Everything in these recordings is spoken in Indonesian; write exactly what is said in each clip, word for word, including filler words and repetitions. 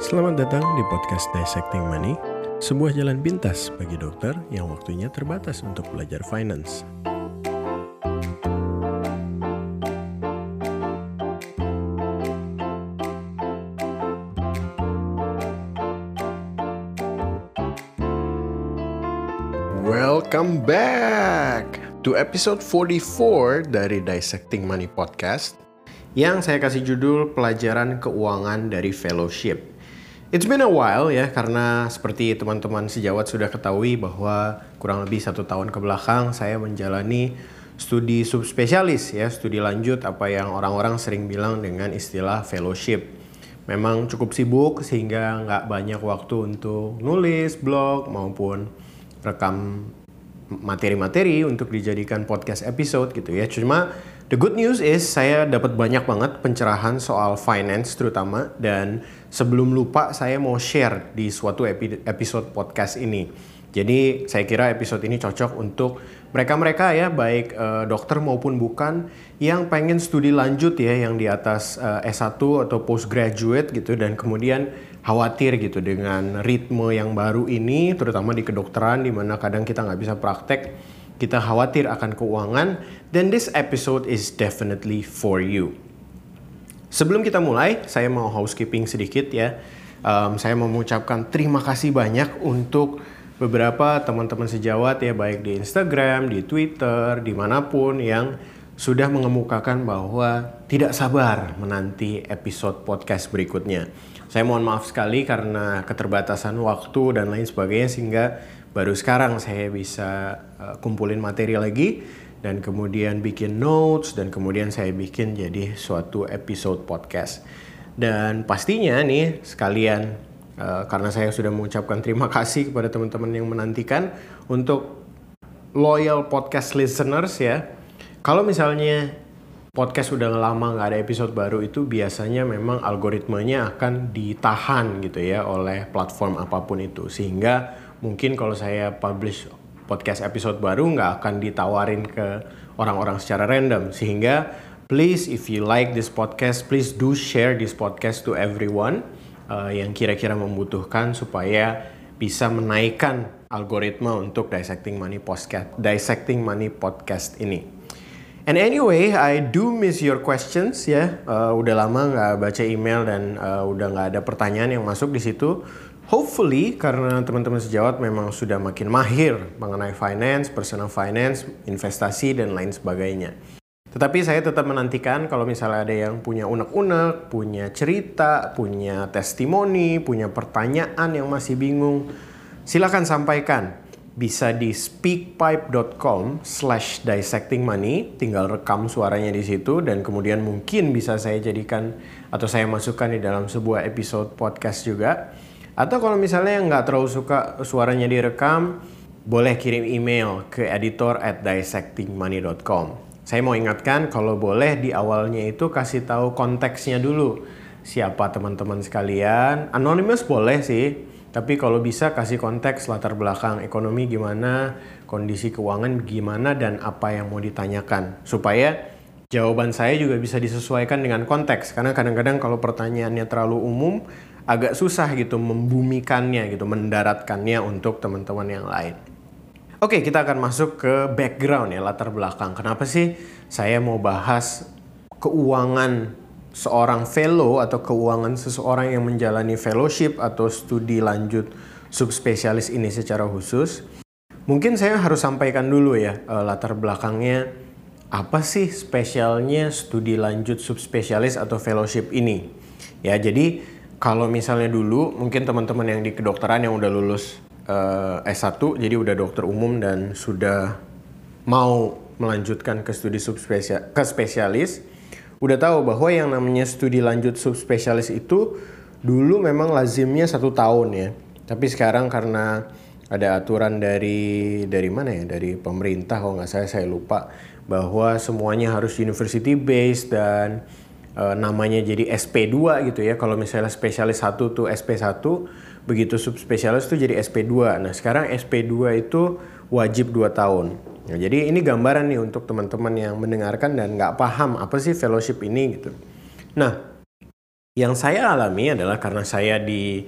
Selamat datang di podcast Dissecting Money, sebuah jalan pintas bagi dokter yang waktunya terbatas untuk belajar finance. Welcome back to episode forty-four dari Dissecting Money Podcast yang saya kasih judul Pelajaran Keuangan dari Fellowship. It's been a while ya, karena seperti teman-teman sejawat sudah ketahui bahwa kurang lebih satu tahun ke belakang saya menjalani studi subspesialis ya, studi lanjut apa yang orang-orang sering bilang dengan istilah fellowship. Memang cukup sibuk sehingga nggak banyak waktu untuk nulis blog maupun rekam materi-materi untuk dijadikan podcast episode gitu ya. Cuma the good news is saya dapat banyak banget pencerahan soal finance terutama, dan sebelum lupa saya mau share di suatu epi- episode podcast ini. Jadi saya kira episode ini cocok untuk mereka-mereka ya, baik uh, dokter maupun bukan, yang pengen studi lanjut ya, yang di atas uh, S satu atau postgraduate gitu, dan kemudian khawatir gitu dengan ritme yang baru ini, terutama di kedokteran di mana kadang kita nggak bisa praktek, kita khawatir akan keuangan, then this episode is definitely for you. Sebelum kita mulai, saya mau housekeeping sedikit ya. Um, saya mau mengucapkan terima kasih banyak untuk beberapa teman-teman sejawat ya, baik di Instagram, di Twitter, dimanapun, yang sudah mengemukakan bahwa tidak sabar menanti episode podcast berikutnya. Saya mohon maaf sekali karena keterbatasan waktu dan lain sebagainya, sehingga baru sekarang saya bisa uh, kumpulin materi lagi dan kemudian bikin notes dan kemudian saya bikin jadi suatu episode podcast. Dan pastinya nih sekalian, uh, karena saya sudah mengucapkan terima kasih kepada teman-teman yang menantikan, untuk loyal podcast listeners ya. Kalau misalnya podcast udah lama nggak ada episode baru, itu biasanya memang algoritmanya akan ditahan gitu ya oleh platform apapun itu, sehingga mungkin kalau saya publish podcast episode baru nggak akan ditawarin ke orang-orang secara random. Sehingga please, if you like this podcast, please do share this podcast to everyone uh, yang kira-kira membutuhkan, supaya bisa menaikkan algoritma untuk Dissecting Money Podcast, Dissecting Money Podcast ini. And anyway, I do miss your questions ya. Uh, udah lama nggak baca email dan uh, udah nggak ada pertanyaan yang masuk di situ. Hopefully, karena teman-teman sejawat memang sudah makin mahir mengenai finance, personal finance, investasi, dan lain sebagainya. Tetapi saya tetap menantikan kalau misalnya ada yang punya unek-unek, punya cerita, punya testimoni, punya pertanyaan yang masih bingung, silakan sampaikan. Bisa di speakpipe.com slash dissectingmoney, tinggal rekam suaranya di situ, dan kemudian mungkin bisa saya jadikan atau saya masukkan di dalam sebuah episode podcast juga. Atau kalau misalnya nggak terlalu suka suaranya direkam, boleh kirim email ke editor at dissectingmoney dot com. Saya mau ingatkan kalau boleh di awalnya itu kasih tahu konteksnya dulu. Siapa teman-teman sekalian, anonymous boleh sih, tapi kalau bisa kasih konteks latar belakang ekonomi gimana, kondisi keuangan gimana, dan apa yang mau ditanyakan. Supaya jawaban saya juga bisa disesuaikan dengan konteks. Karena kadang-kadang kalau pertanyaannya terlalu umum, agak susah gitu membumikannya gitu, mendaratkannya untuk teman-teman yang lain. Oke, kita akan masuk ke background ya, latar belakang. Kenapa sih saya mau bahas keuangan seorang fellow atau keuangan seseorang yang menjalani fellowship atau studi lanjut subspesialis ini secara khusus? Mungkin saya harus sampaikan dulu ya latar belakangnya, apa sih spesialnya studi lanjut subspesialis atau fellowship ini? Ya, jadi kalau misalnya dulu mungkin teman-teman yang di kedokteran yang udah lulus uh, S satu, jadi udah dokter umum dan sudah mau melanjutkan ke studi subspesialis, ke spesialis, udah tahu bahwa yang namanya studi lanjut subspesialis itu dulu memang lazimnya satu tahun ya. Tapi sekarang karena ada aturan dari dari mana ya, dari pemerintah kalau nggak saya saya lupa, bahwa semuanya harus university based dan E, namanya jadi S P dua gitu ya. Kalau misalnya spesialis satu tuh S P satu, begitu subspesialis tuh jadi S P dua. Nah, sekarang S P dua itu wajib dua tahun. Nah, jadi ini gambaran nih untuk teman-teman yang mendengarkan dan nggak paham apa sih fellowship ini gitu. Nah, Yang saya alami adalah karena saya di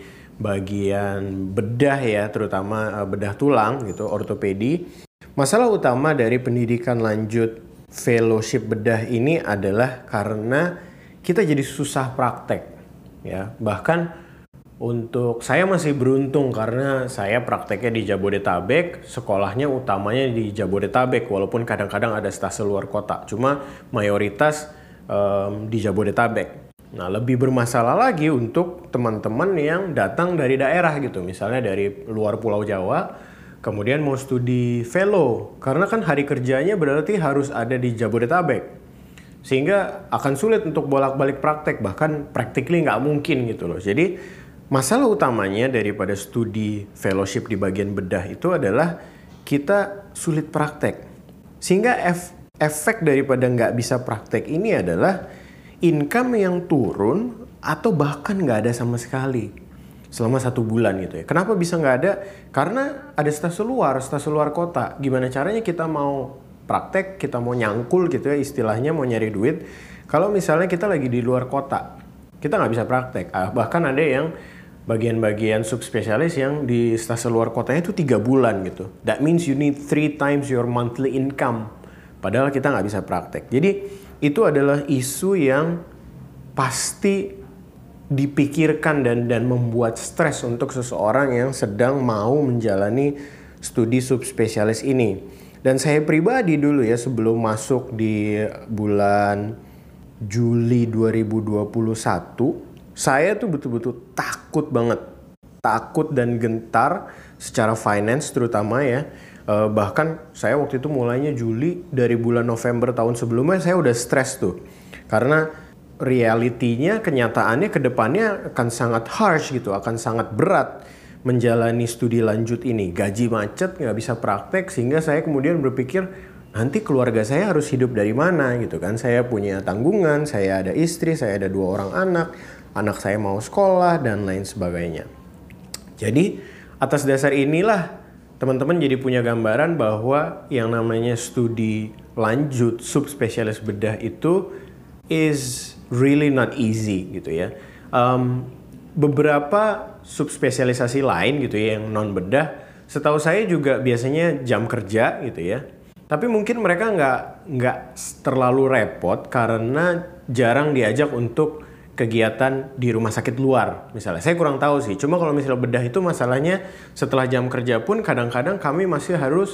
bagian bedah ya, terutama uh, bedah tulang gitu, ortopedi. Masalah utama dari pendidikan lanjut fellowship bedah ini adalah karena kita jadi susah praktek ya. Bahkan untuk saya masih beruntung karena saya prakteknya di Jabodetabek, sekolahnya utamanya di Jabodetabek walaupun kadang-kadang ada stase luar kota. Cuma mayoritas um, di Jabodetabek. Nah, lebih bermasalah lagi untuk teman-teman yang datang dari daerah gitu, misalnya dari luar Pulau Jawa, kemudian mau studi fellow, karena kan hari kerjanya berarti harus ada di Jabodetabek. Sehingga akan sulit untuk bolak-balik praktek, bahkan practically nggak mungkin gitu loh. Jadi masalah utamanya daripada studi fellowship di bagian bedah itu adalah kita sulit praktek. Sehingga ef- efek daripada nggak bisa praktek ini adalah income yang turun atau bahkan nggak ada sama sekali selama satu bulan gitu ya. Kenapa bisa nggak ada? Karena ada stase luar, stase luar kota. Gimana caranya kita mau praktek, kita mau nyangkul gitu ya istilahnya, mau nyari duit. Kalau misalnya kita lagi di luar kota, kita nggak bisa praktek. Ah, bahkan ada yang bagian-bagian subspesialis yang di stase luar kotanya itu tiga bulan gitu. That means you need three times your monthly income. Padahal kita nggak bisa praktek. Jadi itu adalah isu yang pasti dipikirkan dan dan membuat stres untuk seseorang yang sedang mau menjalani studi subspesialis ini. Dan saya pribadi dulu ya sebelum masuk di bulan Juli dua ribu dua puluh satu, saya tuh betul-betul takut banget, takut dan gentar secara finance terutama ya. Uh, bahkan saya waktu itu mulainya Juli, dari bulan November tahun sebelumnya saya udah stres tuh. Karena realitinya, kenyataannya ke depannya akan sangat harsh gitu, akan sangat berat menjalani studi lanjut ini. Gaji macet, nggak bisa praktek, sehingga saya kemudian berpikir, nanti keluarga saya harus hidup dari mana gitu kan. Saya punya tanggungan, saya ada istri, saya ada dua orang anak, anak saya mau sekolah dan lain sebagainya. Jadi atas dasar inilah teman-teman jadi punya gambaran bahwa yang namanya studi lanjut subspesialis bedah itu is really not easy gitu ya. Um, beberapa subspesialisasi lain gitu ya yang non bedah, setahu saya juga biasanya jam kerja gitu ya. Tapi mungkin mereka nggak nggak terlalu repot karena jarang diajak untuk kegiatan di rumah sakit luar misalnya. Saya kurang tahu sih. Cuma kalau misalnya bedah itu masalahnya setelah jam kerja pun kadang-kadang kami masih harus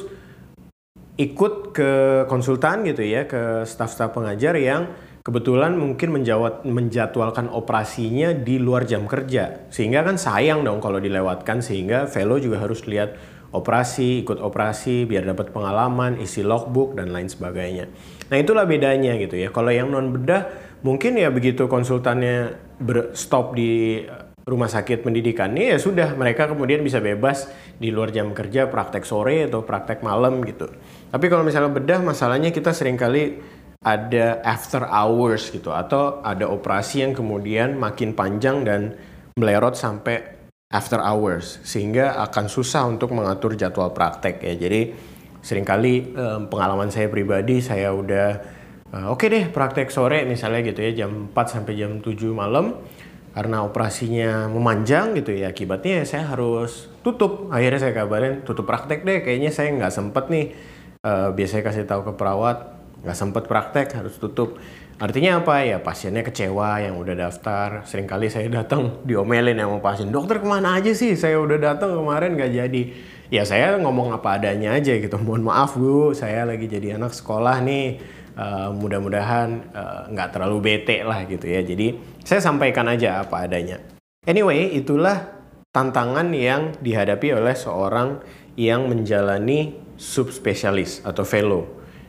ikut ke konsultan gitu ya, ke staf-staf pengajar yang kebetulan mungkin menjawab, menjadwalkan operasinya di luar jam kerja. Sehingga kan sayang dong kalau dilewatkan, sehingga fellow juga harus lihat operasi, ikut operasi biar dapat pengalaman, isi logbook dan lain sebagainya. Nah, itulah bedanya gitu ya. Kalau yang non bedah mungkin ya begitu konsultannya stop di rumah sakit pendidikannya, ya sudah, mereka kemudian bisa bebas di luar jam kerja, praktek sore atau praktek malam gitu. Tapi kalau misalnya bedah, masalahnya kita seringkali ada after hours gitu, atau ada operasi yang kemudian makin panjang dan melerot sampai after hours, sehingga akan susah untuk mengatur jadwal praktek ya. Jadi seringkali eh, pengalaman saya pribadi, saya udah eh, oke okay deh praktek sore misalnya gitu ya, jam empat sampai jam tujuh malam. Karena operasinya memanjang gitu ya, akibatnya saya harus tutup. Akhirnya saya kabarin, tutup praktek deh, kayaknya saya nggak sempet nih. Uh, biasanya kasih tahu ke perawat, nggak sempet praktek, harus tutup. Artinya apa ya, pasiennya kecewa yang udah daftar. Seringkali saya datang diomelin sama pasien, dokter kemana aja sih, saya udah datang kemarin nggak jadi. Ya saya ngomong apa adanya aja gitu, mohon maaf bu, saya lagi jadi anak sekolah nih. Uh, mudah-mudahan nggak uh, terlalu bete lah gitu ya. Jadi saya sampaikan aja apa adanya. Anyway, itulah tantangan yang dihadapi oleh seorang yang menjalani subspesialis atau fellow.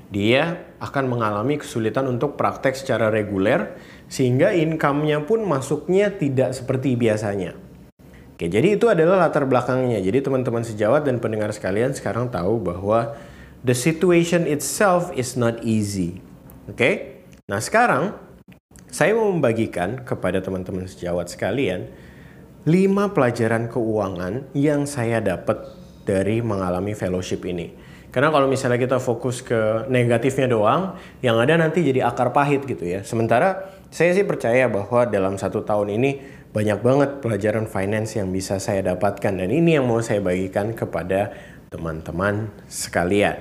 Dia akan mengalami kesulitan untuk praktek secara reguler, sehingga income-nya pun masuknya tidak seperti biasanya. Oke, jadi itu adalah latar belakangnya. Jadi teman-teman sejawat dan pendengar sekalian sekarang tahu bahwa the situation itself is not easy. Oke? Okay? Nah, sekarang saya mau membagikan kepada teman-teman sejawat sekalian lima pelajaran keuangan yang saya dapat dari mengalami fellowship ini. Karena kalau misalnya kita fokus ke negatifnya doang, yang ada nanti jadi akar pahit gitu ya. Sementara saya sih percaya bahwa dalam satu tahun ini banyak banget pelajaran finance yang bisa saya dapatkan. Dan ini yang mau saya bagikan kepada teman-teman sekalian.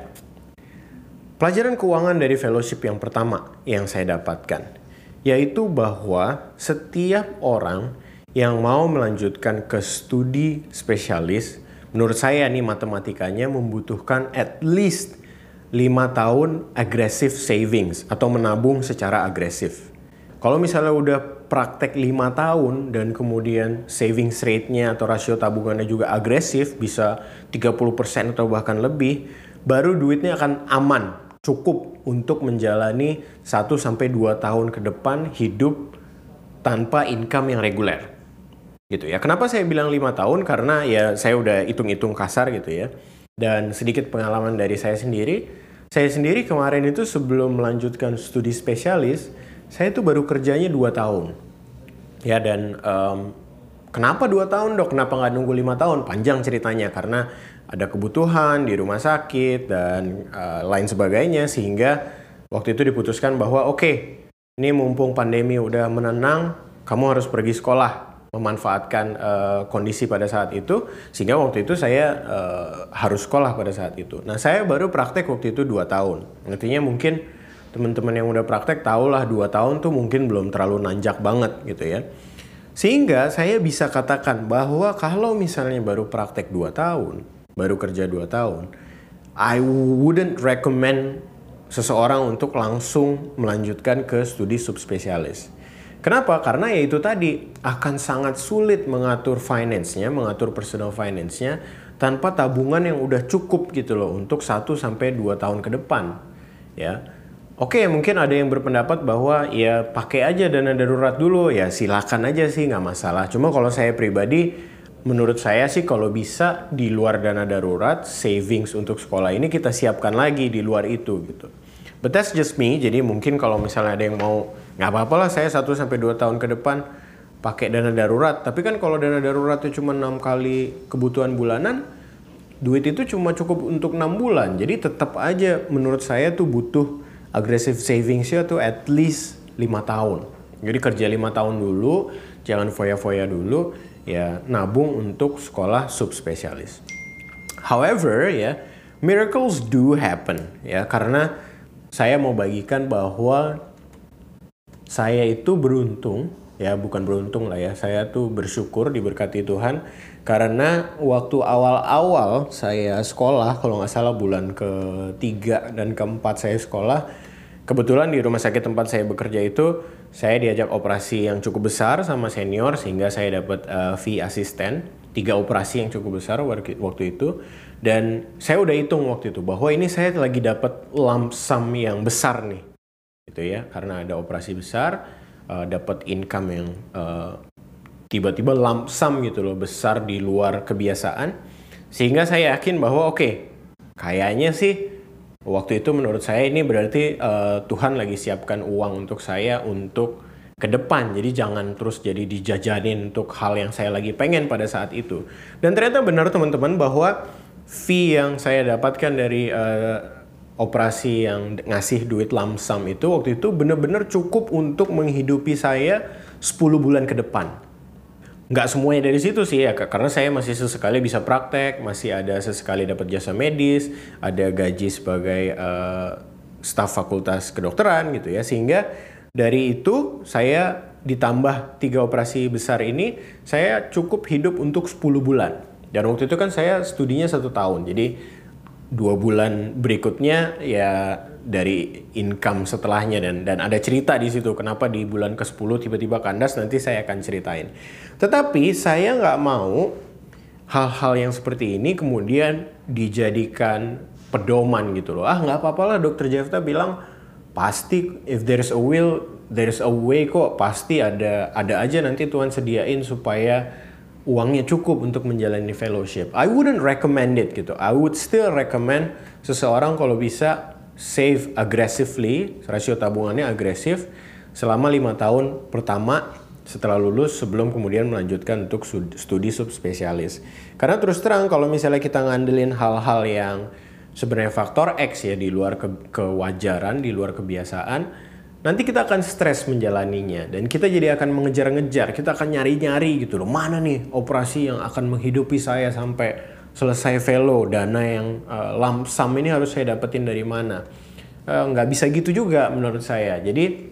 Pelajaran keuangan dari fellowship yang pertama yang saya dapatkan, yaitu bahwa setiap orang yang mau melanjutkan ke studi spesialis, menurut saya nih matematikanya membutuhkan at least lima tahun aggressive savings atau menabung secara agresif. Kalau misalnya udah praktek lima tahun dan kemudian savings rate-nya atau rasio tabungannya juga agresif, bisa tiga puluh persen atau bahkan lebih, baru duitnya akan aman, cukup untuk menjalani satu sampai dua tahun ke depan hidup tanpa income yang reguler. Gitu ya. Kenapa saya bilang lima tahun? Karena ya saya udah hitung-hitung kasar gitu ya. Dan sedikit pengalaman dari saya sendiri. Saya sendiri kemarin itu sebelum melanjutkan studi spesialis, saya tuh baru kerjanya dua tahun. Ya dan um, kenapa dua tahun dok? Kenapa nggak nunggu lima tahun? Panjang ceritanya karena ada kebutuhan di rumah sakit dan uh, lain sebagainya, sehingga waktu itu diputuskan bahwa oke, okay, ini mumpung pandemi udah menenang, kamu harus pergi sekolah, memanfaatkan uh, kondisi pada saat itu, sehingga waktu itu saya uh, harus sekolah pada saat itu. Nah saya baru praktek waktu itu dua tahun, artinya mungkin teman-teman yang udah praktek tahulah dua tahun tuh mungkin belum terlalu nanjak banget gitu ya. Sehingga saya bisa katakan bahwa kalau misalnya baru praktek dua tahun, baru kerja dua tahun, I wouldn't recommend seseorang untuk langsung melanjutkan ke studi subspesialis. Kenapa? Karena ya itu tadi, akan sangat sulit mengatur finance-nya, mengatur personal finance-nya tanpa tabungan yang udah cukup gitu loh untuk satu sampai dua tahun ke depan. Ya. Oke, mungkin ada yang berpendapat bahwa ya pakai aja dana darurat dulu, ya silakan aja sih, nggak masalah. Cuma kalau saya pribadi, menurut saya sih kalau bisa di luar dana darurat, savings untuk sekolah ini kita siapkan lagi di luar itu gitu. But that's just me, jadi mungkin kalau misalnya ada yang mau, nggak apa-apa lah saya satu sampai dua tahun ke depan pakai dana darurat. Tapi kan kalau dana darurat itu cuma enam kali kebutuhan bulanan, duit itu cuma cukup untuk enam bulan. Jadi tetap aja menurut saya tuh butuh aggressive savingsnya tuh at least lima tahun. Jadi kerja lima tahun dulu, jangan foya-foya dulu, ya nabung untuk sekolah subspesialis. However ya, miracles do happen ya, karena saya mau bagikan bahwa saya itu beruntung, ya bukan beruntung lah ya, saya tuh bersyukur diberkati Tuhan karena waktu awal-awal saya sekolah, kalau nggak salah bulan ketiga dan keempat saya sekolah, kebetulan di rumah sakit tempat saya bekerja itu saya diajak operasi yang cukup besar sama senior sehingga saya dapat uh, fee asisten, tiga operasi yang cukup besar waktu itu, dan saya udah hitung waktu itu bahwa ini saya lagi dapat lump sum yang besar nih, gitu ya, karena ada operasi besar, uh, dapat income yang uh, tiba-tiba lump sum gitu loh, besar di luar kebiasaan, sehingga saya yakin bahwa oke, okay, kayaknya sih waktu itu menurut saya ini berarti uh, Tuhan lagi siapkan uang untuk saya untuk ke depan. Jadi jangan terus jadi dijajanin untuk hal yang saya lagi pengen pada saat itu. Dan ternyata benar teman-teman bahwa fee yang saya dapatkan dari uh, operasi yang ngasih duit lump sum itu waktu itu benar-benar cukup untuk menghidupi saya sepuluh bulan ke depan. Nggak semuanya dari situ sih ya, karena saya masih sesekali bisa praktek, masih ada sesekali dapat jasa medis, ada gaji sebagai uh, staf fakultas kedokteran gitu ya, sehingga dari itu saya ditambah tiga operasi besar ini, saya cukup hidup untuk sepuluh bulan. Dan waktu itu kan saya studinya satu tahun, jadi dua bulan berikutnya ya dari income setelahnya, dan dan ada cerita di situ kenapa di bulan ke sepuluh tiba-tiba kandas, nanti saya akan ceritain. Tetapi saya nggak mau hal-hal yang seperti ini kemudian dijadikan pedoman gitu loh. Ah nggak apa-apa lah, dokter Jefta bilang pasti if there's a will there's a way kok, pasti ada ada aja nanti Tuhan sediain supaya uangnya cukup untuk menjalani fellowship. I wouldn't recommend it gitu. I would still recommend seseorang kalau bisa save aggressively, rasio tabungannya agresif selama lima tahun pertama setelah lulus sebelum kemudian melanjutkan untuk studi subspesialis. Karena terus terang kalau misalnya kita ngandelin hal-hal yang sebenarnya faktor X ya, di luar ke kewajaran, di luar kebiasaan, nanti kita akan stres menjalaninya dan kita jadi akan mengejar-ngejar, kita akan nyari-nyari gitu loh, mana nih operasi yang akan menghidupi saya sampai selesai velo, dana yang uh, lump sum ini harus saya dapetin dari mana. Uh, nggak bisa gitu juga menurut saya. Jadi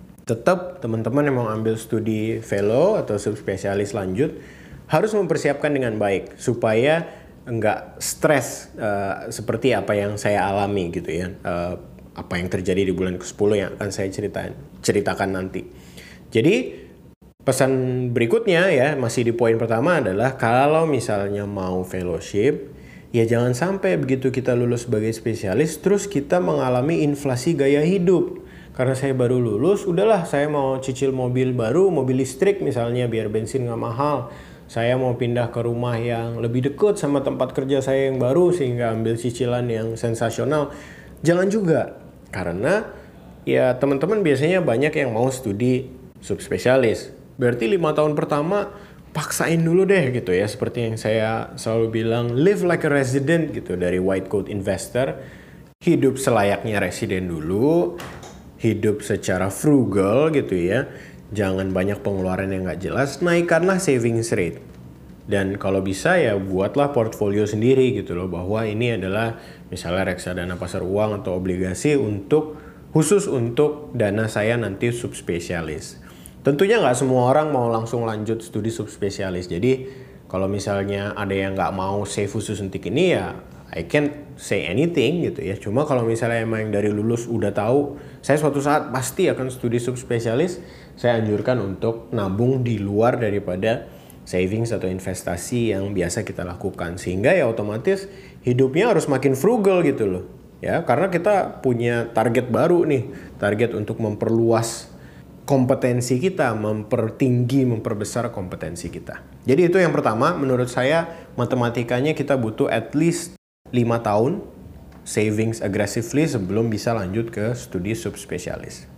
tetap teman-teman yang mau ambil studi velo atau subspesialis lanjut harus mempersiapkan dengan baik supaya nggak stres uh, seperti apa yang saya alami gitu ya, uh, apa yang terjadi di bulan ke sepuluh yang akan saya ceritain, ceritakan nanti. Jadi pesan berikutnya ya, masih di poin pertama adalah kalau misalnya mau fellowship, ya jangan sampai begitu kita lulus sebagai spesialis terus kita mengalami inflasi gaya hidup. Karena saya baru lulus, udahlah saya mau cicil mobil baru, mobil listrik misalnya biar bensin nggak mahal. Saya mau pindah ke rumah yang lebih dekat sama tempat kerja saya yang baru sehingga ambil cicilan yang sensasional. Jangan juga, karena ya teman-teman biasanya banyak yang mau studi subspesialis. Berarti lima tahun pertama paksain dulu deh gitu ya. Seperti yang saya selalu bilang, live like a resident gitu dari White Coat Investor. Hidup selayaknya residen dulu, hidup secara frugal gitu ya. Jangan banyak pengeluaran yang nggak jelas, naikkanlah savings rate. Dan kalau bisa ya buatlah portfolio sendiri gitu loh, bahwa ini adalah misalnya reksadana pasar uang atau obligasi untuk khusus untuk dana saya nanti subspesialis. Tentunya nggak semua orang mau langsung lanjut studi subspesialis. Jadi kalau misalnya ada yang nggak mau save khusus untuk ini ya I can't say anything gitu ya. Cuma kalau misalnya emang yang dari lulus udah tahu saya suatu saat pasti akan studi subspesialis, saya anjurkan untuk nabung di luar daripada savings atau investasi yang biasa kita lakukan. Sehingga ya otomatis hidupnya harus makin frugal gitu loh. Ya, karena kita punya target baru nih, target untuk memperluas kompetensi kita, mempertinggi, memperbesar kompetensi kita. Jadi itu yang pertama, menurut saya matematikanya kita butuh at least lima tahun savings aggressively sebelum bisa lanjut ke studi subspesialis.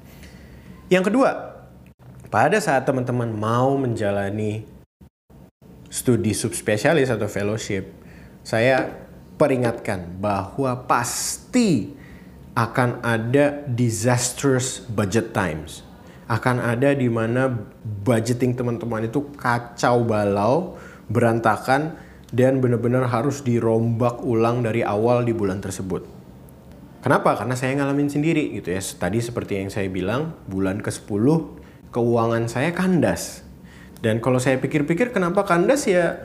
Yang kedua, pada saat teman-teman mau menjalani studi subspesialis atau fellowship, saya peringatkan bahwa pasti akan ada disastrous budget times. Akan ada di mana budgeting teman-teman itu kacau balau, berantakan, dan benar-benar harus dirombak ulang dari awal di bulan tersebut. Kenapa? Karena saya ngalamin sendiri gitu ya. Tadi seperti yang saya bilang, bulan ke sepuluh keuangan saya kandas. Dan kalau saya pikir-pikir kenapa kandas ya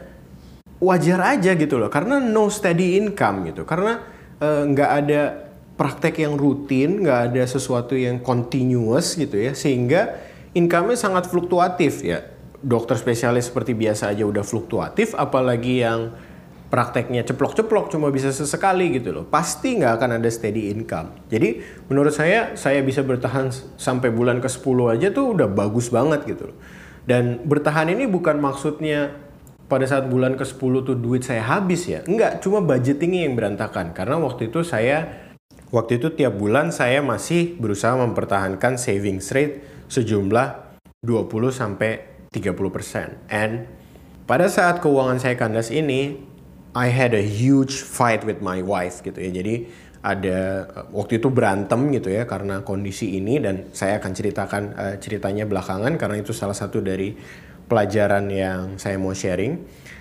wajar aja gitu loh. Karena no steady income gitu. Karena nggak e, ada praktek yang rutin, nggak ada sesuatu yang continuous gitu ya. Sehingga income-nya sangat fluktuatif ya. Dokter spesialis seperti biasa aja udah fluktuatif, apalagi yang prakteknya ceplok-ceplok cuma bisa sesekali gitu loh. Pasti nggak akan ada steady income. Jadi menurut saya, saya bisa bertahan sampai bulan ke sepuluh aja tuh udah bagus banget gitu loh. Dan bertahan ini bukan maksudnya pada saat bulan ke sepuluh tuh duit saya habis ya. Enggak, cuma budgetingnya yang berantakan. Karena waktu itu saya, waktu itu tiap bulan saya masih berusaha mempertahankan savings rate sejumlah dua puluh sampai tiga puluh persen. And pada saat keuangan saya kandas ini, I had a huge fight with my wife gitu ya. Jadi ada waktu itu berantem gitu ya karena kondisi ini, dan saya akan ceritakan uh, ceritanya belakangan karena itu salah satu dari pelajaran yang saya mau sharing.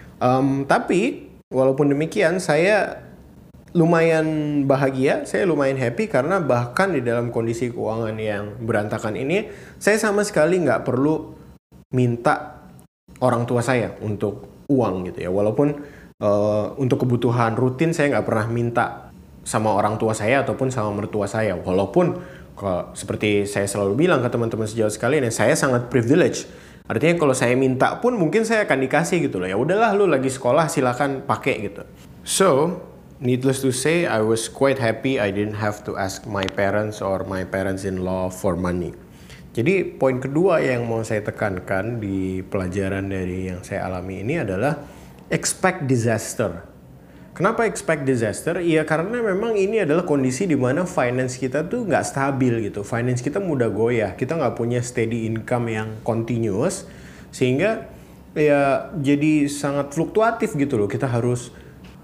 Um, tapi walaupun demikian saya lumayan bahagia, saya lumayan happy karena bahkan di dalam kondisi keuangan yang berantakan ini, saya sama sekali nggak perlu minta orang tua saya untuk uang gitu ya. Walaupun uh, untuk kebutuhan rutin saya nggak pernah minta sama orang tua saya ataupun sama mertua saya. Walaupun kalau, seperti saya selalu bilang ke teman-teman sejauh sekalian, saya sangat privilege. Artinya kalau saya minta pun mungkin saya akan dikasih gitu loh. Ya udahlah, lu lagi sekolah silakan pakai gitu. So, needless to say, I was quite happy I didn't have to ask my parents or my parents-in-law for money. Jadi poin kedua yang mau saya tekankan di pelajaran dari yang saya alami ini adalah expect disaster. Kenapa expect disaster? Iya karena memang ini adalah kondisi di mana finance kita tuh nggak stabil gitu. Finance kita mudah goyah. Kita nggak punya steady income yang continuous. Sehingga ya jadi sangat fluktuatif gitu loh. Kita harus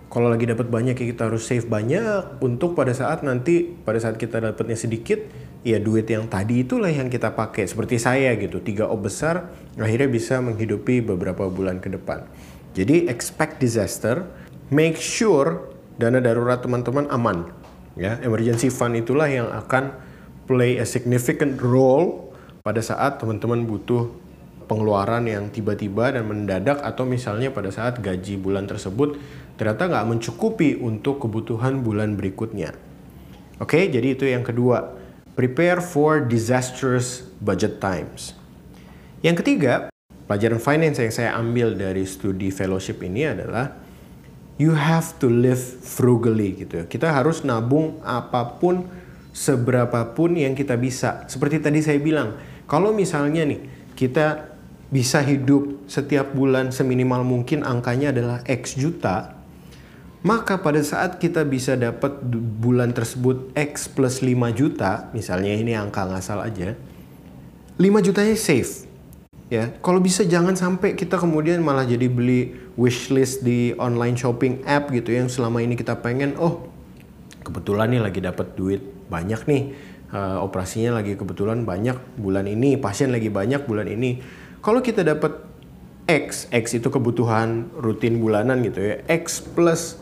Kalau lagi dapat banyak ya kita harus save banyak untuk pada saat nanti pada saat kita dapatnya sedikit, ya duit yang tadi itulah yang kita pakai. Seperti saya gitu, tiga op besar akhirnya bisa menghidupi beberapa bulan ke depan. Jadi expect disaster, make sure dana darurat teman-teman aman. Ya, emergency fund itulah yang akan play a significant role pada saat teman-teman butuh pengeluaran yang tiba-tiba dan mendadak, atau misalnya pada saat gaji bulan tersebut ternyata nggak mencukupi untuk kebutuhan bulan berikutnya. Oke, jadi itu yang kedua. Prepare for disastrous budget times. Yang ketiga, pelajaran finance yang saya ambil dari studi fellowship ini adalah you have to live frugally gitu ya. Kita harus nabung apapun, seberapapun yang kita bisa. Seperti tadi saya bilang, kalau misalnya nih kita bisa hidup setiap bulan seminimal mungkin angkanya adalah X juta, maka pada saat kita bisa dapat bulan tersebut X plus lima juta, misalnya ini angka ngasal aja, lima jutanya safe. Ya, kalau bisa jangan sampai kita kemudian malah jadi beli wishlist di online shopping app gitu yang selama ini kita pengen, oh kebetulan nih lagi dapat duit banyak nih, uh, operasinya lagi kebetulan banyak bulan ini, pasien lagi banyak bulan ini. Kalau kita dapat X, X itu kebutuhan rutin bulanan gitu ya, X plus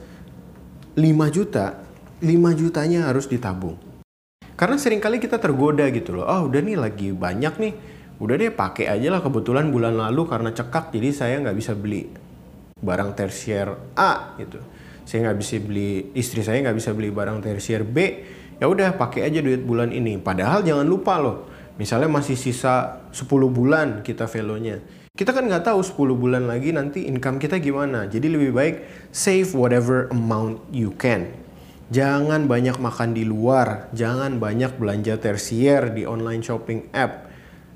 lima juta, lima jutanya harus ditabung. Karena seringkali kita tergoda gitu loh, oh udah nih lagi banyak nih, udah deh pakai aja lah, kebetulan bulan lalu karena cekak jadi saya nggak bisa beli barang tersier A gitu. Saya nggak bisa beli, istri saya nggak bisa beli barang tersier B, ya udah pakai aja duit bulan ini. Padahal jangan lupa loh, misalnya masih sisa sepuluh bulan kita velonya. Kita kan nggak tahu sepuluh bulan lagi nanti income kita gimana. Jadi lebih baik save whatever amount you can. Jangan banyak makan di luar, jangan banyak belanja tersier di online shopping app.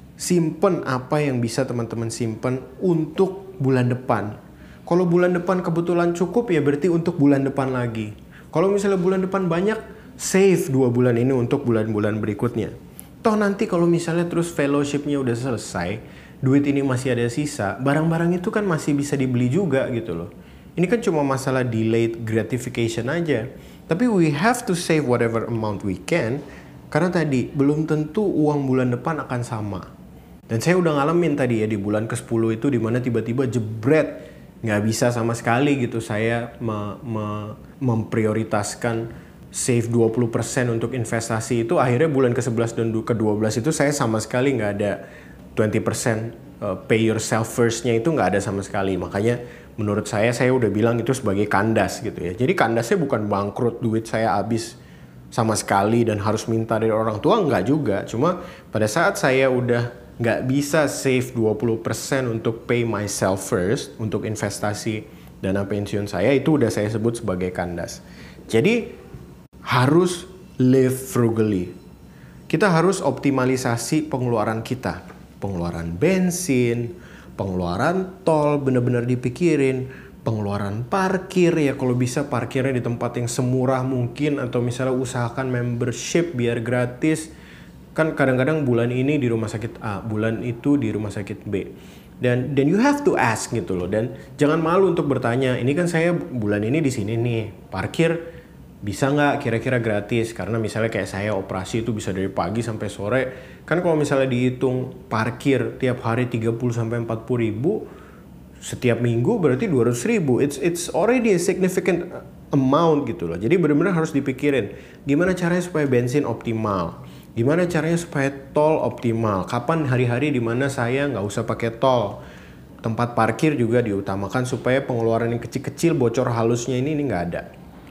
Simpen apa yang bisa teman-teman simpen untuk bulan depan. Kalau bulan depan kebetulan cukup ya berarti untuk bulan depan lagi. Kalau misalnya bulan depan banyak, save dua bulan ini untuk bulan-bulan berikutnya. Toh nanti kalau misalnya terus fellowshipnya udah selesai, duit ini masih ada sisa, barang-barang itu kan masih bisa dibeli juga gitu loh. Ini kan cuma masalah delayed gratification aja. Tapi we have to save whatever amount we can, karena tadi belum tentu uang bulan depan akan sama. Dan saya udah ngalamin tadi ya di bulan ke sepuluh itu dimana tiba-tiba jebret, nggak bisa sama sekali gitu saya me- me- memprioritaskan save dua puluh persen untuk investasi itu. Akhirnya bulan ke sebelas dan ke dua belas itu saya sama sekali nggak ada dua puluh persen uh, pay yourself first-nya itu nggak ada sama sekali. Makanya menurut saya, saya udah bilang itu sebagai kandas gitu ya. Jadi kandasnya bukan bangkrut, duit saya habis sama sekali dan harus minta dari orang tua, nggak juga. Cuma pada saat saya udah nggak bisa save dua puluh persen untuk pay myself first, untuk investasi dana pensiun saya, itu udah saya sebut sebagai kandas. Jadi harus live frugally. Kita harus optimalisasi pengeluaran kita. Pengeluaran bensin, pengeluaran tol benar-benar dipikirin, pengeluaran parkir ya kalau bisa parkirnya di tempat yang semurah mungkin, atau misalnya usahakan membership biar gratis. Kan kadang-kadang bulan ini di rumah sakit A, bulan itu di rumah sakit B. Dan then you have to ask gitu loh. Dan jangan malu untuk bertanya, ini kan saya bulan ini di sini nih, parkir bisa nggak kira-kira gratis? Karena misalnya kayak saya operasi itu bisa dari pagi sampai sore. Kan kalau misalnya dihitung parkir tiap hari tiga puluh sampai empat puluh ribu, setiap minggu berarti dua ratus ribu. It's, it's already a significant amount gitu loh. Jadi benar-benar harus dipikirin gimana caranya supaya bensin optimal. Gimana caranya supaya tol optimal. Kapan hari-hari dimana saya nggak usah pakai tol. Tempat parkir juga diutamakan supaya pengeluaran yang kecil-kecil bocor halusnya ini, ini nggak ada.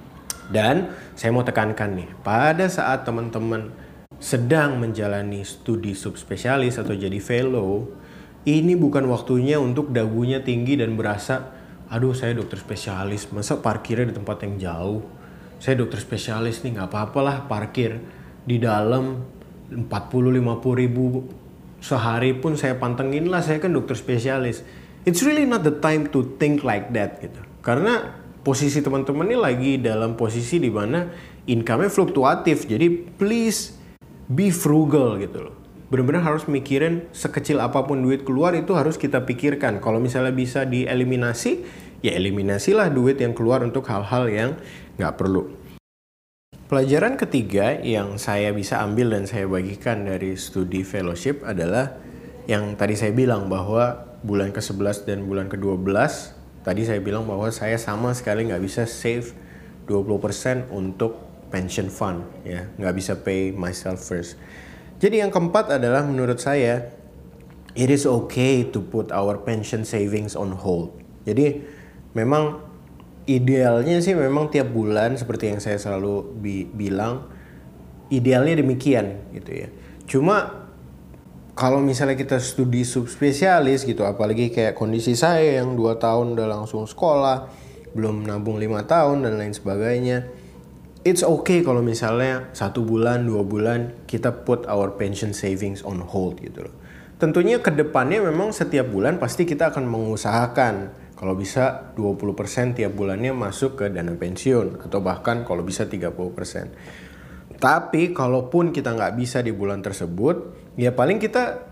Dan saya mau tekankan nih, pada saat teman-teman sedang menjalani studi subspesialis atau jadi fellow, ini bukan waktunya untuk dagunya tinggi dan berasa, aduh saya dokter spesialis, masa parkirnya di tempat yang jauh? Saya dokter spesialis nih, nggak apa-apa lah parkir di dalam empat puluh sampai lima puluh ribu sehari pun saya pantengin lah, saya kan dokter spesialis. It's really not the time to think like that gitu. Karena posisi teman-teman ini lagi dalam posisi di mana income-nya fluktuatif. Jadi please be frugal gitu loh. Benar-benar harus mikirin sekecil apapun duit keluar itu harus kita pikirkan. Kalau misalnya bisa dieliminasi, ya eliminasilah duit yang keluar untuk hal-hal yang nggak perlu. Pelajaran ketiga yang saya bisa ambil dan saya bagikan dari studi fellowship adalah yang tadi saya bilang bahwa bulan ke sebelas dan bulan ke dua belas, tadi saya bilang bahwa saya sama sekali nggak bisa save dua puluh persen untuk pension fund, ya, nggak bisa pay myself first. Jadi yang keempat adalah menurut saya, it is okay to put our pension savings on hold. Jadi memang idealnya sih memang tiap bulan seperti yang saya selalu bi- bilang, idealnya demikian gitu ya. Cuma kalau misalnya kita studi subspesialis gitu, apalagi kayak kondisi saya yang dua tahun udah langsung sekolah, belum nabung lima tahun dan lain sebagainya, it's okay kalau misalnya satu bulan, dua bulan kita put our pension savings on hold gitu loh. Tentunya kedepannya memang setiap bulan pasti kita akan mengusahakan kalau bisa dua puluh persen tiap bulannya masuk ke dana pensiun atau bahkan kalau bisa tiga puluh persen. Tapi kalaupun kita nggak bisa di bulan tersebut, ya paling kita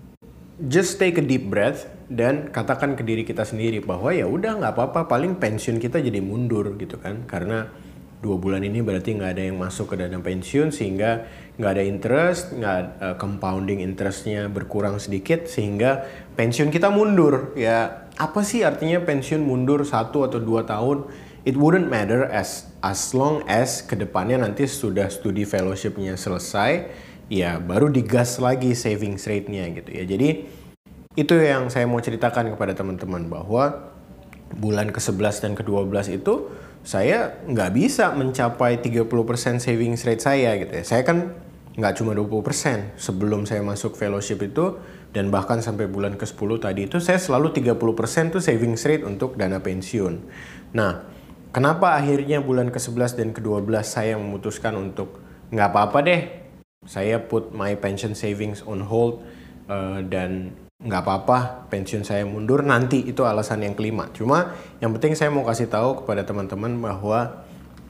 just take a deep breath dan katakan ke diri kita sendiri bahwa ya udah nggak apa-apa, paling pensiun kita jadi mundur gitu kan, karena dua bulan ini berarti nggak ada yang masuk ke dana pensiun sehingga nggak ada interest, nggak uh, compounding interestnya berkurang sedikit sehingga pensiun kita mundur. Ya apa sih artinya pensiun mundur satu atau dua tahun? It wouldn't matter as as long as kedepannya nanti sudah studi fellowship-nya selesai, ya baru digas lagi savings rate-nya gitu ya. Jadi itu yang saya mau ceritakan kepada teman-teman bahwa bulan ke sebelas dan ke dua belas itu saya nggak bisa mencapai tiga puluh persen savings rate saya gitu ya. Saya kan nggak cuma dua puluh persen sebelum saya masuk fellowship itu, dan bahkan sampai bulan ke sepuluh tadi itu saya selalu tiga puluh persen tuh savings rate untuk dana pensiun. Nah, kenapa akhirnya bulan ke sebelas dan ke dua belas saya memutuskan untuk nggak apa-apa deh, saya put my pension savings on hold uh, dan nggak apa-apa pensiun saya mundur nanti, itu alasan yang kelima. Cuma yang penting saya mau kasih tahu kepada teman-teman bahwa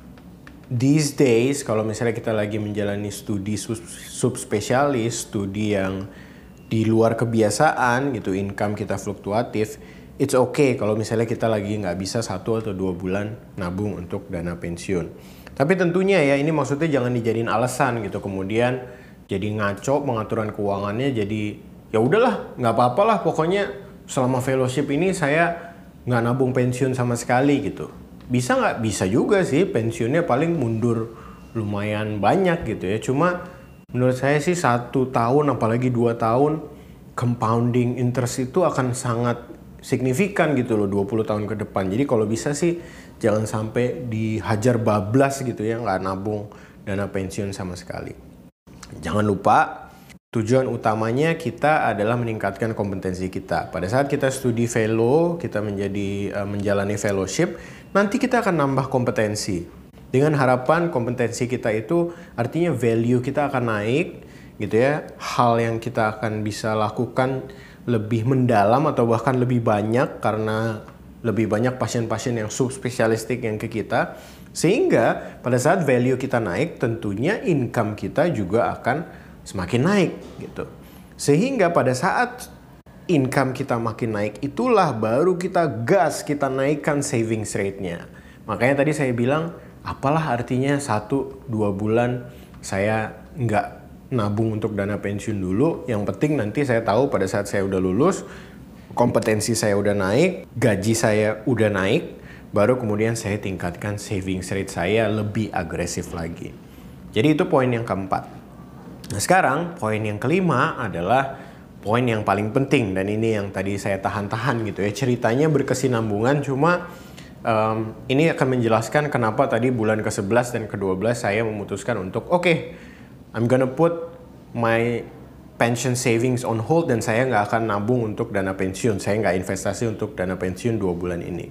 these days kalau misalnya kita lagi menjalani studi subspesialis, studi yang di luar kebiasaan gitu, income kita fluktuatif, it's okay kalau misalnya kita lagi nggak bisa satu atau dua bulan nabung untuk dana pensiun. Tapi tentunya ya ini maksudnya jangan dijadiin alasan gitu kemudian jadi ngaco pengaturan keuangannya, jadi ya udahlah nggak apa-apa lah pokoknya selama fellowship ini saya nggak nabung pensiun sama sekali gitu. Bisa nggak? Bisa juga sih, pensiunnya paling mundur lumayan banyak gitu ya. Cuma menurut saya sih satu tahun apalagi dua tahun compounding interest itu akan sangat signifikan gitu loh dua puluh tahun ke depan. Jadi kalau bisa sih jangan sampai dihajar bablas gitu ya, nggak nabung dana pensiun sama sekali. Jangan lupa tujuan utamanya kita adalah meningkatkan kompetensi kita. Pada saat kita studi fellow, kita menjadi uh, menjalani fellowship, nanti kita akan nambah kompetensi. Dengan harapan kompetensi kita itu artinya value kita akan naik gitu ya. Hal yang kita akan bisa lakukan lebih mendalam atau bahkan lebih banyak karena lebih banyak pasien-pasien yang subspesialistik yang ke kita. Sehingga pada saat value kita naik, tentunya income kita juga akan semakin naik gitu. Sehingga pada saat income kita makin naik, itulah baru kita gas, kita naikkan savings rate-nya. Makanya tadi saya bilang, apalah artinya satu dua bulan saya nggak nabung untuk dana pensiun dulu. Yang penting nanti saya tahu pada saat saya udah lulus, kompetensi saya udah naik, gaji saya udah naik, baru kemudian saya tingkatkan savings rate saya lebih agresif lagi. Jadi itu poin yang keempat. Nah sekarang poin yang kelima adalah poin yang paling penting, dan ini yang tadi saya tahan-tahan gitu ya. Ceritanya berkesinambungan, cuma um, ini akan menjelaskan kenapa tadi bulan ke sebelas dan ke dua belas saya memutuskan untuk oke, okay, I'm gonna put my pension savings on hold dan saya nggak akan nabung untuk dana pensiun. Saya nggak investasi untuk dana pensiun dua bulan ini.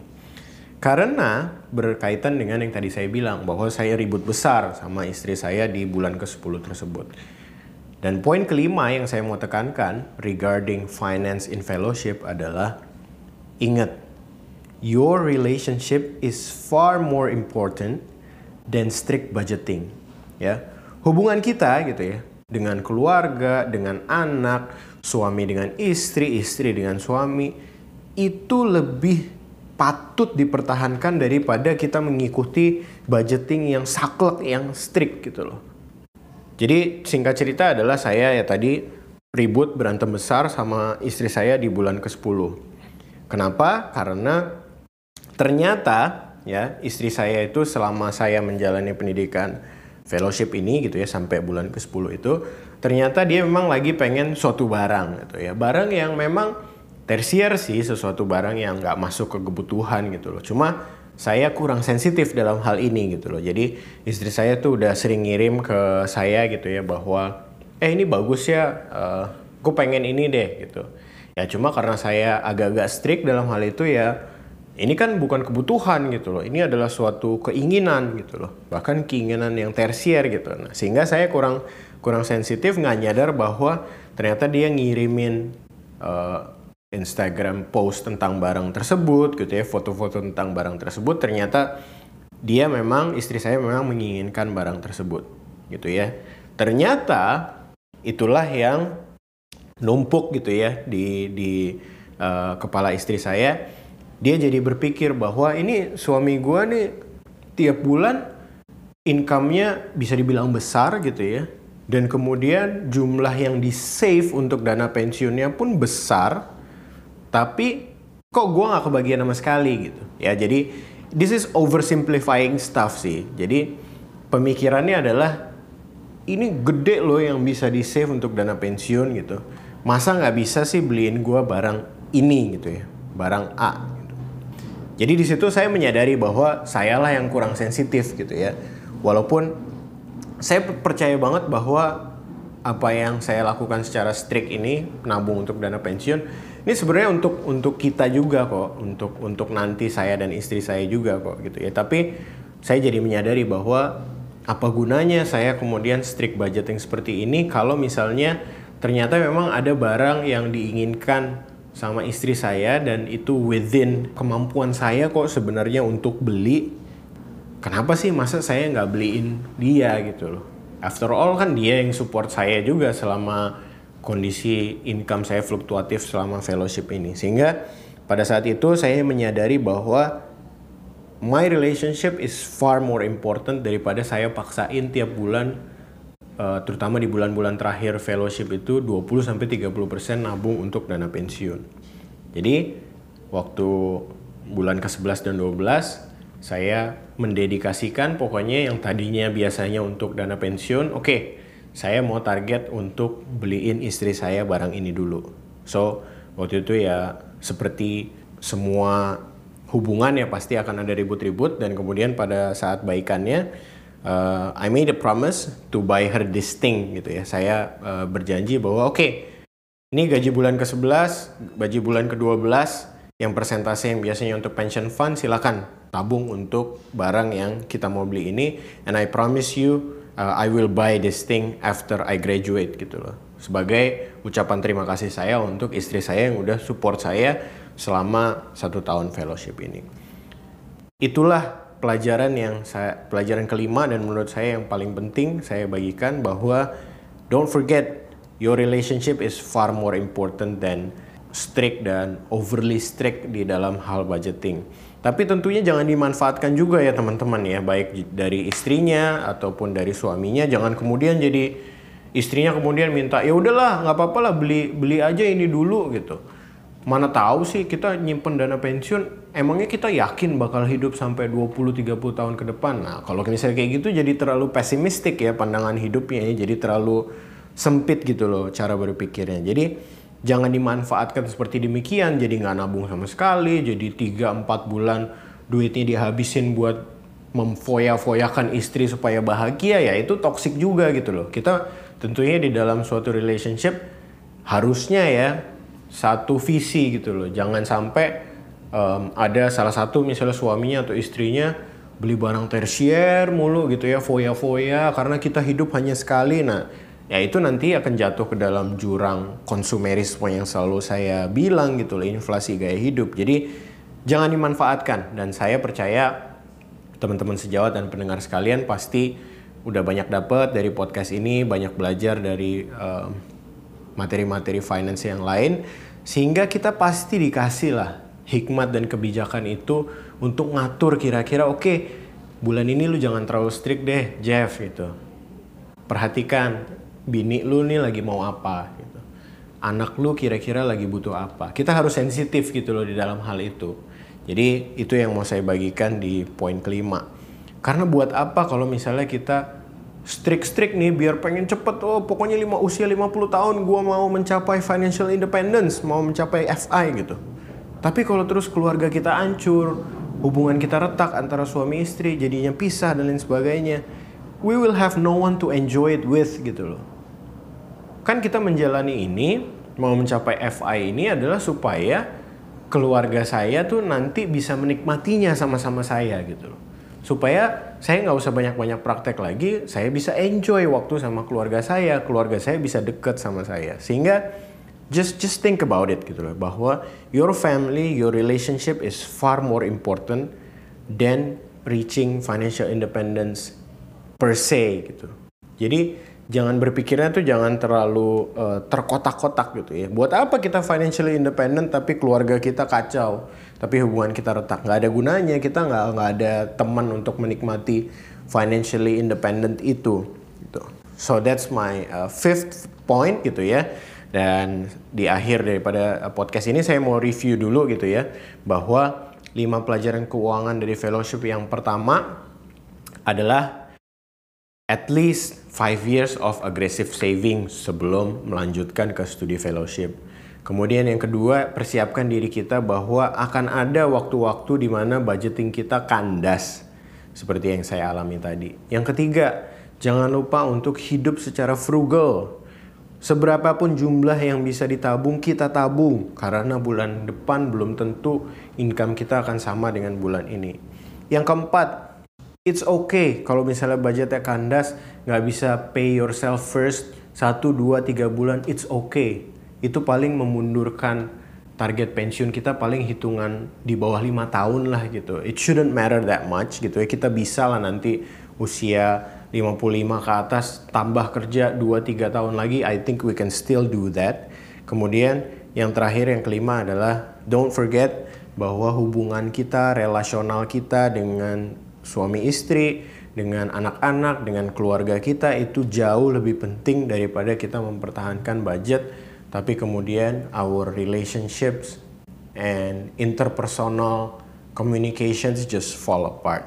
Karena berkaitan dengan yang tadi saya bilang bahwa saya ribut besar sama istri saya di bulan ke sepuluh tersebut. Dan poin kelima yang saya mau tekankan regarding finance in fellowship adalah ingat, your relationship is far more important than strict budgeting. Ya, hubungan kita gitu ya dengan keluarga, dengan anak, suami dengan istri, istri dengan suami itu lebih patut dipertahankan daripada kita mengikuti budgeting yang saklek, yang strict gitu loh. Jadi singkat cerita adalah saya ya tadi ribut berantem besar sama istri saya di bulan ke sepuluh. Kenapa? Karena ternyata ya istri saya itu selama saya menjalani pendidikan fellowship ini gitu ya sampai bulan ke sepuluh itu, ternyata dia memang lagi pengen suatu barang gitu ya. Barang yang memang tersier sih, sesuatu barang yang nggak masuk ke kebutuhan gitu loh. Cuma saya kurang sensitif dalam hal ini gitu loh. Jadi istri saya tuh udah sering ngirim ke saya gitu ya bahwa eh ini bagus ya, uh, gue pengen ini deh gitu. Ya cuma karena saya agak-agak strict dalam hal itu ya, ini kan bukan kebutuhan gitu loh. Ini adalah suatu keinginan gitu loh. Bahkan keinginan yang tersier gitu. Nah, sehingga saya kurang kurang sensitif, nggak nyadar bahwa ternyata dia ngirimin uh, Instagram post tentang barang tersebut gitu ya, foto-foto tentang barang tersebut, ternyata dia memang, istri saya memang menginginkan barang tersebut gitu ya. Ternyata itulah yang numpuk gitu ya di di uh, kepala istri saya. Dia jadi berpikir bahwa ini suami gua nih tiap bulan income-nya bisa dibilang besar gitu ya, dan kemudian jumlah yang di save untuk dana pensiunnya pun besar, tapi kok gue gak kebagian sama sekali gitu. Ya jadi this is oversimplifying stuff sih. Jadi pemikirannya adalah ini gede loh yang bisa di save untuk dana pensiun gitu. Masa gak bisa sih beliin gue barang ini gitu ya, barang A gitu. Jadi di situ saya menyadari bahwa sayalah yang kurang sensitif gitu ya. Walaupun saya percaya banget bahwa apa yang saya lakukan secara strict ini, nabung untuk dana pensiun, ini sebenarnya untuk untuk kita juga kok, untuk untuk nanti saya dan istri saya juga kok gitu ya. Tapi saya jadi menyadari bahwa apa gunanya saya kemudian strict budgeting seperti ini kalau misalnya ternyata memang ada barang yang diinginkan sama istri saya dan itu within kemampuan saya kok sebenarnya untuk beli. Kenapa sih masa saya nggak beliin dia gitu loh? After all kan dia yang support saya juga selama kondisi income saya fluktuatif selama fellowship ini. Sehingga pada saat itu saya menyadari bahwa my relationship is far more important daripada saya paksain tiap bulan, uh, terutama di bulan-bulan terakhir fellowship itu dua puluh sampai tiga puluh persen nabung untuk dana pensiun. Jadi waktu bulan ke sebelas dan dua belas saya mendedikasikan pokoknya yang tadinya biasanya untuk dana pensiun, oke, okay, saya mau target untuk beliin istri saya barang ini dulu. So, waktu itu ya seperti semua hubungan ya pasti akan ada ribut-ribut, dan kemudian pada saat baikannya, uh, I made a promise to buy her this thing gitu ya. Saya uh, berjanji bahwa oke, okay, ini gaji bulan ke sebelas, gaji bulan ke dua belas, yang persentase yang biasanya untuk pension fund silakan tabung untuk barang yang kita mau beli ini, and I promise you Uh, I will buy this thing after I graduate gitu loh. Sebagai ucapan terima kasih saya untuk istri saya yang udah support saya selama satu tahun fellowship ini. Itulah pelajaran yang saya, pelajaran kelima dan menurut saya yang paling penting saya bagikan, bahwa don't forget your relationship is far more important than strict dan overly strict di dalam hal budgeting. Tapi tentunya jangan dimanfaatkan juga ya teman-teman ya, baik dari istrinya ataupun dari suaminya. Jangan kemudian jadi istrinya kemudian minta, ya udahlah nggak apa-apa lah beli beli aja ini dulu gitu. Mana tahu sih kita nyimpen dana pensiun, emangnya kita yakin bakal hidup sampai dua puluh sampai tiga puluh tahun ke depan? Nah kalau misalnya kayak gitu jadi terlalu pesimistik ya pandangan hidupnya ya, jadi terlalu sempit gitu loh cara berpikirnya. Jadi jangan dimanfaatkan seperti demikian, jadi nggak nabung sama sekali, jadi tiga sampai empat bulan duitnya dihabisin buat memfoya-foyakan istri supaya bahagia, ya itu toksik juga gitu loh. Kita tentunya di dalam suatu relationship harusnya ya satu visi gitu loh. Jangan sampai um, ada salah satu misalnya suaminya atau istrinya beli barang tersier mulu gitu ya, foya-foya karena kita hidup hanya sekali. Nah ya itu nanti akan jatuh ke dalam jurang konsumerisme yang selalu saya bilang gitu loh, inflasi gaya hidup. Jadi jangan dimanfaatkan, dan saya percaya teman-teman sejawat dan pendengar sekalian pasti udah banyak dapat dari podcast ini, banyak belajar dari uh, materi-materi finance yang lain, sehingga kita pasti dikasih lah hikmat dan kebijakan itu untuk ngatur kira-kira oke, okay, bulan ini lu jangan terlalu strict deh Jeff gitu. Perhatikan bini lu nih lagi mau apa gitu. Anak lu kira-kira lagi butuh apa. Kita harus sensitif gitu loh di dalam hal itu. Jadi itu yang mau saya bagikan di poin kelima. Karena buat apa kalau misalnya kita strict-strict nih biar pengen cepet, oh pokoknya lima, usia lima puluh tahun gua mau mencapai financial independence, mau mencapai F I gitu. Tapi kalau terus keluarga kita hancur, hubungan kita retak antara suami istri, jadinya pisah dan lain sebagainya, we will have no one to enjoy it with gitu loh. Kan kita menjalani ini, mau mencapai F I ini adalah supaya keluarga saya tuh nanti bisa menikmatinya sama-sama saya gitu loh. Supaya saya nggak usah banyak-banyak praktek lagi, saya bisa enjoy waktu sama keluarga saya, keluarga saya bisa deket sama saya. Sehingga just just think about it gitu loh, bahwa your family, your relationship is far more important than reaching financial independence per se gitu. Jadi jangan berpikirnya tuh jangan terlalu uh, terkotak-kotak gitu ya. Buat apa kita financially independent tapi keluarga kita kacau, tapi hubungan kita retak? Nggak ada gunanya, kita nggak nggak ada teman untuk menikmati financially independent itu. Gitu. So that's my uh, fifth point gitu ya. Dan di akhir daripada podcast ini saya mau review dulu gitu ya, bahwa lima pelajaran keuangan dari fellowship yang pertama adalah at least five years of aggressive saving sebelum melanjutkan ke studi fellowship. Kemudian yang kedua, persiapkan diri kita bahwa akan ada waktu-waktu di mana budgeting kita kandas seperti yang saya alami tadi. Yang ketiga, jangan lupa untuk hidup secara frugal. Seberapapun jumlah yang bisa ditabung, kita tabung. Karena bulan depan belum tentu income kita akan sama dengan bulan ini. Yang keempat, it's okay kalau misalnya budgetnya kandas, nggak bisa pay yourself first, satu, dua, tiga bulan, it's okay. Itu paling memundurkan target pensiun kita paling hitungan di bawah lima tahun lah gitu. It shouldn't matter that much gitu ya. Kita bisa lah nanti usia lima puluh lima ke atas tambah kerja dua tiga tahun lagi, I think we can still do that. Kemudian yang terakhir, yang kelima adalah don't forget bahwa hubungan kita, relasional kita dengan suami istri, dengan anak-anak, dengan keluarga kita itu jauh lebih penting daripada kita mempertahankan budget, tapi kemudian our relationships and interpersonal communications just fall apart.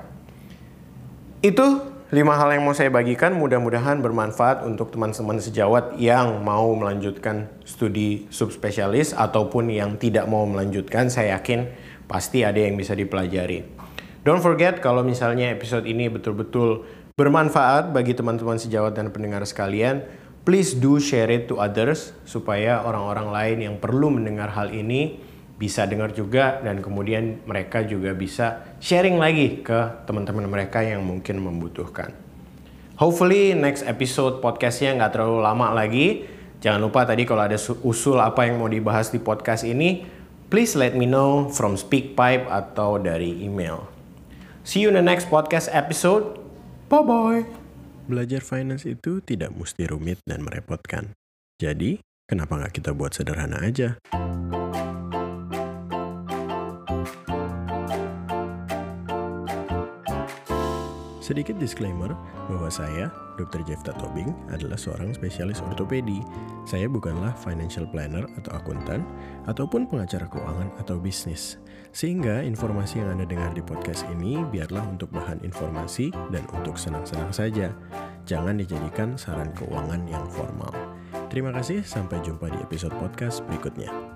Itu lima hal yang mau saya bagikan, mudah-mudahan bermanfaat untuk teman-teman sejawat yang mau melanjutkan studi subspesialis ataupun yang tidak mau melanjutkan. Saya yakin pasti ada yang bisa dipelajari. Don't forget kalau misalnya episode ini betul-betul bermanfaat bagi teman-teman sejawat dan pendengar sekalian, please do share it to others supaya orang-orang lain yang perlu mendengar hal ini bisa dengar juga dan kemudian mereka juga bisa sharing lagi ke teman-teman mereka yang mungkin membutuhkan. Hopefully next episode podcastnya nggak terlalu lama lagi. Jangan lupa tadi kalau ada usul apa yang mau dibahas di podcast ini, please let me know from SpeakPipe atau dari email. See you in the next podcast episode. Bye-bye. Belajar finance itu tidak mesti rumit dan merepotkan. Jadi, kenapa nggak kita buat sederhana aja? Sedikit disclaimer bahwa saya, dokter Jefta Tobing, adalah seorang spesialis ortopedi. Saya bukanlah financial planner atau akuntan, ataupun pengacara keuangan atau bisnis. Sehingga informasi yang Anda dengar di podcast ini biarlah untuk bahan informasi dan untuk senang-senang saja. Jangan dijadikan saran keuangan yang formal. Terima kasih, sampai jumpa di episode podcast berikutnya.